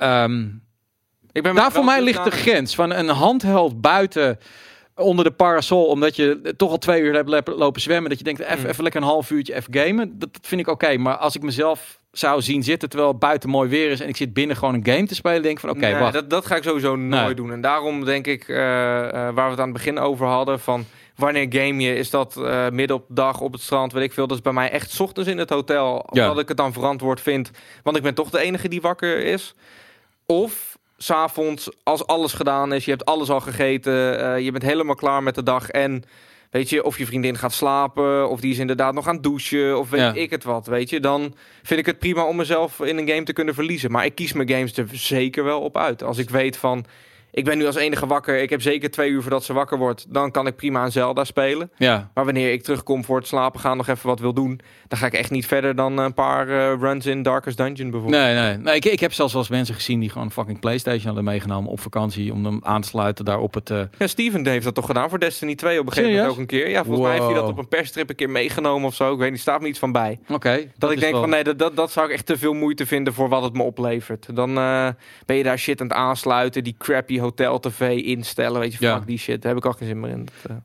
daar voor mij ligt de grens van een handheld buiten onder de parasol, omdat je toch al 2 uur hebt lopen zwemmen, dat je denkt even lekker een half uurtje even gamen. Dat vind ik oké. Maar als ik mezelf zou zien zitten terwijl het buiten mooi weer is en ik zit binnen gewoon een game te spelen, denk ik van wacht. Dat ga ik sowieso nooit doen. En daarom denk ik, waar we het aan het begin over hadden, van wanneer game je, is dat midden op de dag op het strand, weet ik veel. Dat is bij mij echt 's ochtends in het hotel, omdat ik het dan verantwoord vind, want ik ben toch de enige die wakker is. Of 's avonds, als alles gedaan is, je hebt alles al gegeten, je bent helemaal klaar met de dag en weet je, of je vriendin gaat slapen, of die is inderdaad nog aan het douchen, of weet ik het wat, weet je, dan vind ik het prima om mezelf in een game te kunnen verliezen. Maar ik kies mijn games er zeker wel op uit. Als ik weet van, ik ben nu als enige wakker, ik heb zeker 2 uur voordat ze wakker wordt, dan kan ik prima een Zelda spelen. Ja. Maar wanneer ik terugkom voor het slapen gaan, nog even wat wil doen, dan ga ik echt niet verder dan een paar runs in Darkest Dungeon bijvoorbeeld. Nee. Ik heb zelfs wel eens mensen gezien die gewoon een fucking PlayStation hadden meegenomen op vakantie om hem aan te sluiten daar op het... Ja, Steven heeft dat toch gedaan voor Destiny 2 op een gegeven moment ook een keer. Ja, volgens mij heeft hij dat op een perstrip een keer meegenomen of zo. Ik weet niet, staat me iets van bij. Oké. Dat ik denk van nee, dat zou ik echt te veel moeite vinden voor wat het me oplevert. Dan ben je daar shit aan het aansluiten, die crappy hotel tv instellen, weet je, fuck die shit. Daar heb ik al geen zin meer in.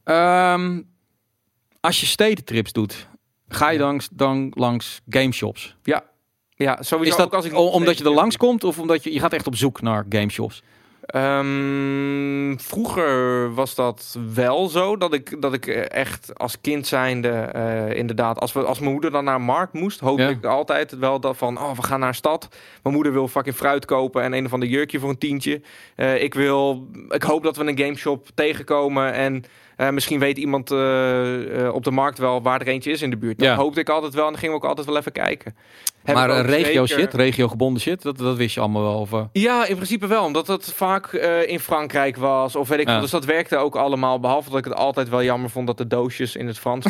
Als je stedentrips doet, ga je dan langs gameshops? Ja, sowieso. Is dat ook als ik omdat je er langs komt of omdat je gaat echt op zoek naar gameshops? Vroeger was dat wel zo, dat ik echt als kind zijnde inderdaad, als mijn moeder dan naar een markt moest, hoopte ik altijd wel dat van, we gaan naar een stad. Mijn moeder wil fucking fruit kopen en een of ander jurkje voor een tientje. Ik hoop dat we een gameshop tegenkomen en misschien weet iemand op de markt wel waar er eentje is in de buurt. Dat hoopte ik altijd wel en dan gingen we ook altijd wel even kijken. Maar regio-gebonden shit, dat wist je allemaal wel? Of? Ja, in principe wel. Omdat het vaak in Frankrijk was. Of weet ik veel. Dus dat werkte ook allemaal. Behalve dat ik het altijd wel jammer vond dat de doosjes in het Frans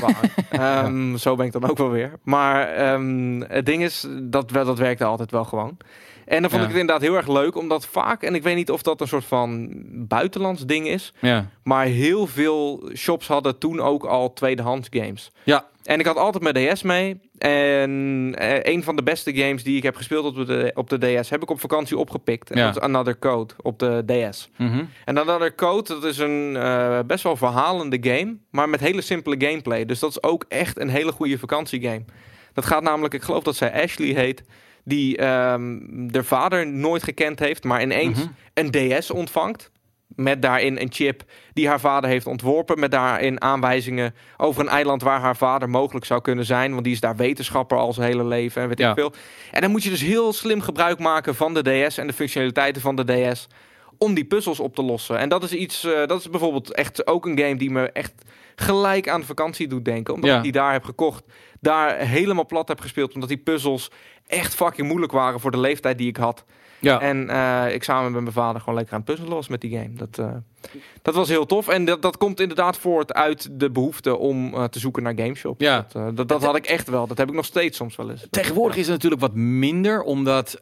waren. Zo ben ik dan ook wel weer. Maar het ding is, dat werkte altijd wel gewoon. En dan vond ik het inderdaad heel erg leuk, omdat vaak, en ik weet niet of dat een soort van buitenlands ding is, maar heel veel shops hadden toen ook al tweedehands games. Ja. En ik had altijd mijn DS mee. En een van de beste games die ik heb gespeeld op de DS heb ik op vakantie opgepikt. En dat is Another Code op de DS. Mm-hmm. En Another Code, dat is een best wel verhalende game, maar met hele simpele gameplay. Dus dat is ook echt een hele goede vakantiegame. Dat gaat namelijk, ik geloof dat zij Ashley heet, die de vader nooit gekend heeft, maar ineens een DS ontvangt. Met daarin een chip die haar vader heeft ontworpen. Met daarin aanwijzingen over een eiland waar haar vader mogelijk zou kunnen zijn. Want die is daar wetenschapper al zijn hele leven en weet ik veel. En dan moet je dus heel slim gebruik maken van de DS en de functionaliteiten van de DS om die puzzels op te lossen. En dat is iets, dat is bijvoorbeeld echt ook een game die me echt gelijk aan de vakantie doet denken. Omdat ik die daar heb gekocht. Daar helemaal plat heb gespeeld. Omdat die puzzels echt fucking moeilijk waren voor de leeftijd die ik had. Ja. En ik samen met mijn vader gewoon lekker aan het puzzelen was met die game. Dat was heel tof. En dat komt inderdaad voort uit de behoefte om te zoeken naar gameshops. Ja. Dat had ik echt wel. Dat heb ik nog steeds soms wel eens. Tegenwoordig is het natuurlijk wat minder, omdat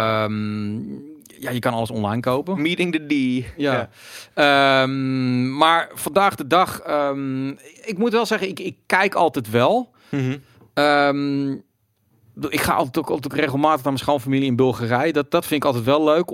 je kan alles online kopen. Meeting the D. Ja. Maar vandaag de dag, ik moet wel zeggen, ik kijk altijd wel. Mm-hmm. Ik ga altijd ook regelmatig naar mijn schoonfamilie in Bulgarije. Dat vind ik altijd wel leuk.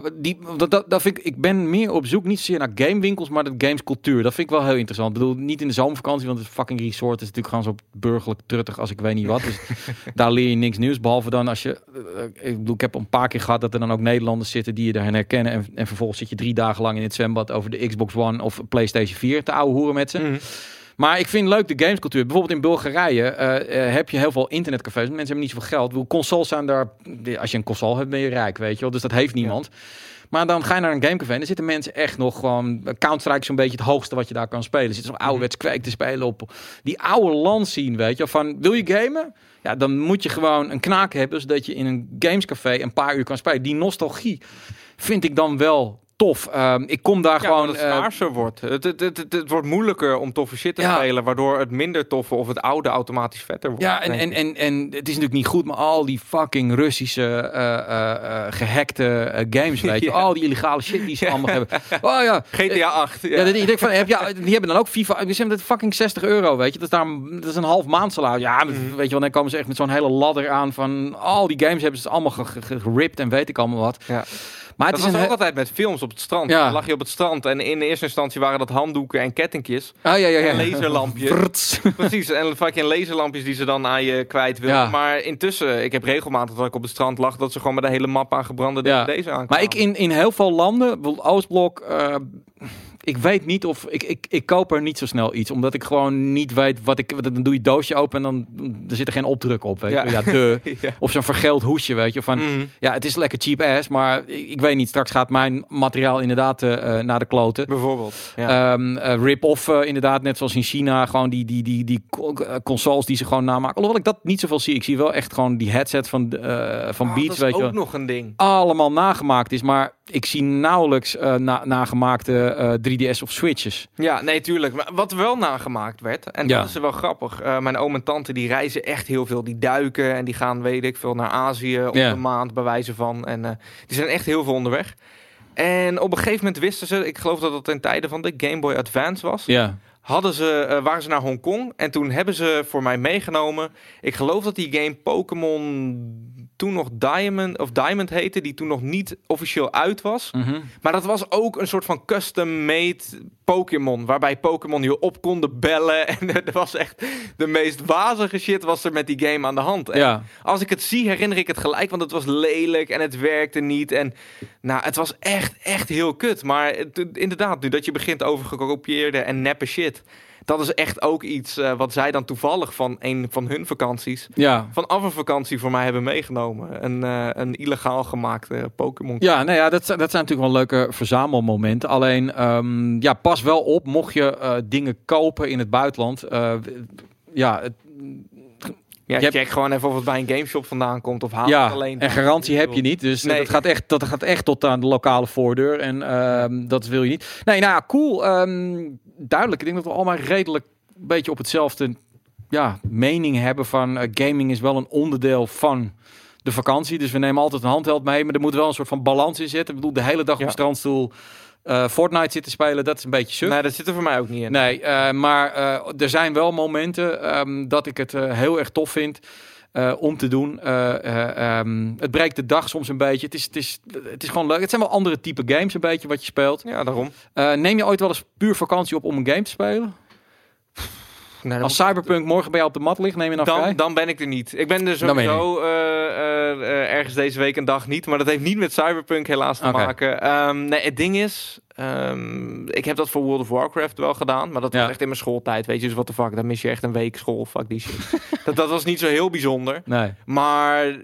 Ik ben meer op zoek, niet zozeer naar gamewinkels, maar de gamescultuur. Dat vind ik wel heel interessant. Ik bedoel, niet in de zomervakantie, want het fucking resort is natuurlijk gewoon zo burgerlijk truttig als ik weet niet wat. Dus daar leer je niks nieuws. Behalve dan als je... ik heb een paar keer gehad dat er dan ook Nederlanders zitten die je daarin herkennen. En vervolgens zit je 3 dagen lang in het zwembad over de Xbox One of PlayStation 4 te ouwe hoeren met ze. Mm. Maar ik vind leuk de gamescultuur. Bijvoorbeeld in Bulgarije heb je heel veel internetcafés. Mensen hebben niet zoveel geld. Consoles zijn daar... Als je een console hebt, ben je rijk, weet je wel. Dus dat heeft niemand. Ja. Maar dan ga je naar een gamecafé en dan zitten mensen echt nog gewoon... Counter-Strike is zo'n beetje het hoogste wat je daar kan spelen. Er zit zo'n ouderwets Quake te spelen op die oude land zien, weet je. Van, wil je gamen? Ja, dan moet je gewoon een knaak hebben, zodat je in een gamescafé een paar uur kan spelen. Die nostalgie vind ik dan wel... tof. Ik kom daar gewoon... het schaarser wordt. Het wordt moeilijker om toffe shit te spelen, waardoor het minder toffe of het oude automatisch vetter wordt. Ja, en het is natuurlijk niet goed, maar al die fucking Russische gehackte games, weet je. Al die illegale shit die ze allemaal hebben. Oh ja. GTA 8. Ja, ik denk van, die hebben dan ook FIFA. Die zijn met fucking €60, weet je. Dat is een half maand salaris. Ja, weet je wel, dan komen ze echt met zo'n hele ladder aan van al die games hebben ze allemaal geript en weet ik allemaal wat. Ja. Maar het was ook altijd met films op het strand. Ja. Dan lag je op het strand en in de eerste instantie waren dat handdoeken en kettingjes. En laserlampjes. Precies, en fucking laserlampjes die ze dan aan je kwijt wilden. Ja. Maar intussen, ik heb regelmatig dat ik op het strand lag, dat ze gewoon met een hele map aan gebrande DVD's aankwamen. Maar ik in heel veel landen, Oostblok... ik weet niet of... Ik koop er niet zo snel iets. Omdat ik gewoon niet weet wat ik... Dan doe je het doosje open en dan er zit er geen opdruk op. Weet je? Of zo'n vergeld hoesje, weet je. Van, ja, het is lekker cheap ass, maar ik weet niet. Straks gaat mijn materiaal inderdaad naar de kloten. Bijvoorbeeld. Ja. Rip-off inderdaad, net zoals in China. Gewoon die consoles die ze gewoon namaken. Alhoewel ik dat niet zoveel zie. Ik zie wel echt gewoon die headset van Beats. Dat is weet ook je, nog een ding. Allemaal nagemaakt is, maar... Ik zie nauwelijks nagemaakte 3DS of Switches. Ja, nee, tuurlijk. Maar wat wel nagemaakt werd, en dat is wel grappig. Mijn oom en tante, die reizen echt heel veel. Die duiken en die gaan, weet ik veel, naar Azië op een maand, bij wijze van. En die zijn echt heel veel onderweg. En op een gegeven moment wisten ze, ik geloof dat het ten tijde van de Game Boy Advance was... Ja. Waren ze naar Hongkong en toen hebben ze voor mij meegenomen... Ik geloof dat die game Pokémon toen nog Diamond heette, die toen nog niet officieel uit was. Mm-hmm. Maar dat was ook een soort van custom-made Pokémon, waarbij Pokémon je op konden bellen. En er was echt de meest wazige shit was er met die game aan de hand. En als ik het zie, herinner ik het gelijk, want het was lelijk en het werkte niet. En nou, het was echt heel kut. Maar inderdaad, nu dat je begint over gekopieerde en neppe shit... Dat is echt ook iets wat zij dan toevallig van een van hun vakanties... vanaf een vakantie voor mij hebben meegenomen. Een illegaal gemaakte Pokémon. Ja, nou ja, dat zijn natuurlijk wel leuke verzamelmomenten. Alleen, pas wel op, mocht je dingen kopen in het buitenland... check gewoon even of het bij een gameshop vandaan komt of haal het alleen. En garantie heb je niet. Dus dat gaat echt tot aan de lokale voordeur. En dat wil je niet. Nee, nou ja, cool. Duidelijk. Ik denk dat we allemaal redelijk een beetje op hetzelfde mening hebben van gaming is wel een onderdeel van de vakantie. Dus we nemen altijd een handheld mee, maar er moet wel een soort van balans in zitten. Ik bedoel, de hele dag op een strandstoel Fortnite zitten spelen, dat is een beetje suf. Nee, dat zit er voor mij ook niet in. Nee, maar er zijn wel momenten dat ik het heel erg tof vind om te doen. Het breekt de dag soms een beetje. Het is gewoon leuk. Het zijn wel andere type games een beetje wat je speelt. Ja, daarom. Neem je ooit wel eens puur vakantie op om een game te spelen? Nee, als Cyberpunk morgen bij jou op de mat ligt, neem je dan vrij? Dan ben ik er niet. Ik ben er sowieso ergens deze week een dag niet. Maar dat heeft niet met Cyberpunk helaas te maken. Nee, het ding is... ik heb dat voor World of Warcraft wel gedaan. Maar dat was echt in mijn schooltijd. Weet je, dus what the fuck. Dan mis je echt een week school. Fuck die shit. dat was niet zo heel bijzonder. Nee. Maar...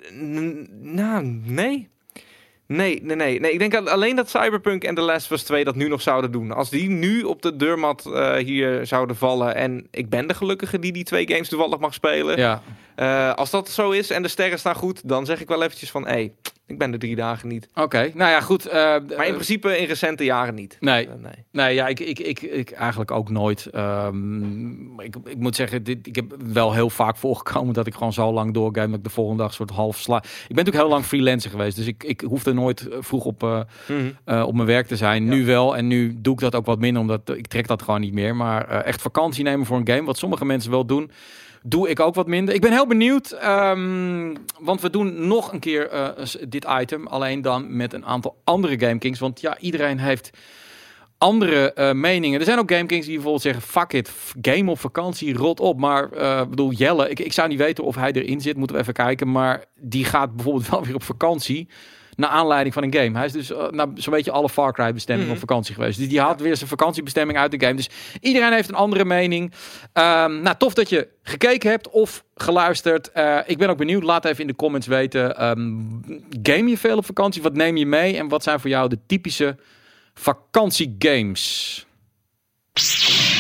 nee. Nee. Ik denk alleen dat Cyberpunk en The Last of Us 2 dat nu nog zouden doen. Als die nu op de deurmat hier zouden vallen... en ik ben de gelukkige die 2 games toevallig mag spelen... Ja. Als dat zo is en de sterren staan goed... dan zeg ik wel eventjes van... ik ben er 3 dagen niet. Oké, nou ja, goed. Maar in principe in recente jaren niet. Nee, ja, ik eigenlijk ook nooit. Ik moet zeggen, ik heb wel heel vaak voorgekomen dat ik gewoon zo lang doorgame dat ik de volgende dag soort half sla. Ik ben natuurlijk heel lang freelancer geweest, dus ik hoefde nooit vroeg op mijn werk te zijn. Ja. Nu wel, en nu doe ik dat ook wat minder, omdat ik trek dat gewoon niet meer. Maar echt vakantie nemen voor een game, wat sommige mensen wel doen, doe ik ook wat minder. Ik ben heel benieuwd, want we doen nog een keer dit item, alleen dan met een aantal andere GameKings. Want ja, iedereen heeft andere meningen. Er zijn ook GameKings die bijvoorbeeld zeggen, fuck it, game op vakantie, rot op. Maar bedoel, Jelle, ik zou niet weten of hij erin zit, moeten we even kijken. Maar die gaat bijvoorbeeld wel weer op vakantie naar aanleiding van een game. Hij is dus zo'n beetje alle Far Cry bestemmingen op vakantie geweest. Dus die haalt weer zijn vakantiebestemming uit de game. Dus iedereen heeft een andere mening. Nou, tof dat je gekeken hebt of geluisterd. Ik ben ook benieuwd. Laat even in de comments weten. Game je veel op vakantie? Wat neem je mee? En wat zijn voor jou de typische vakantiegames?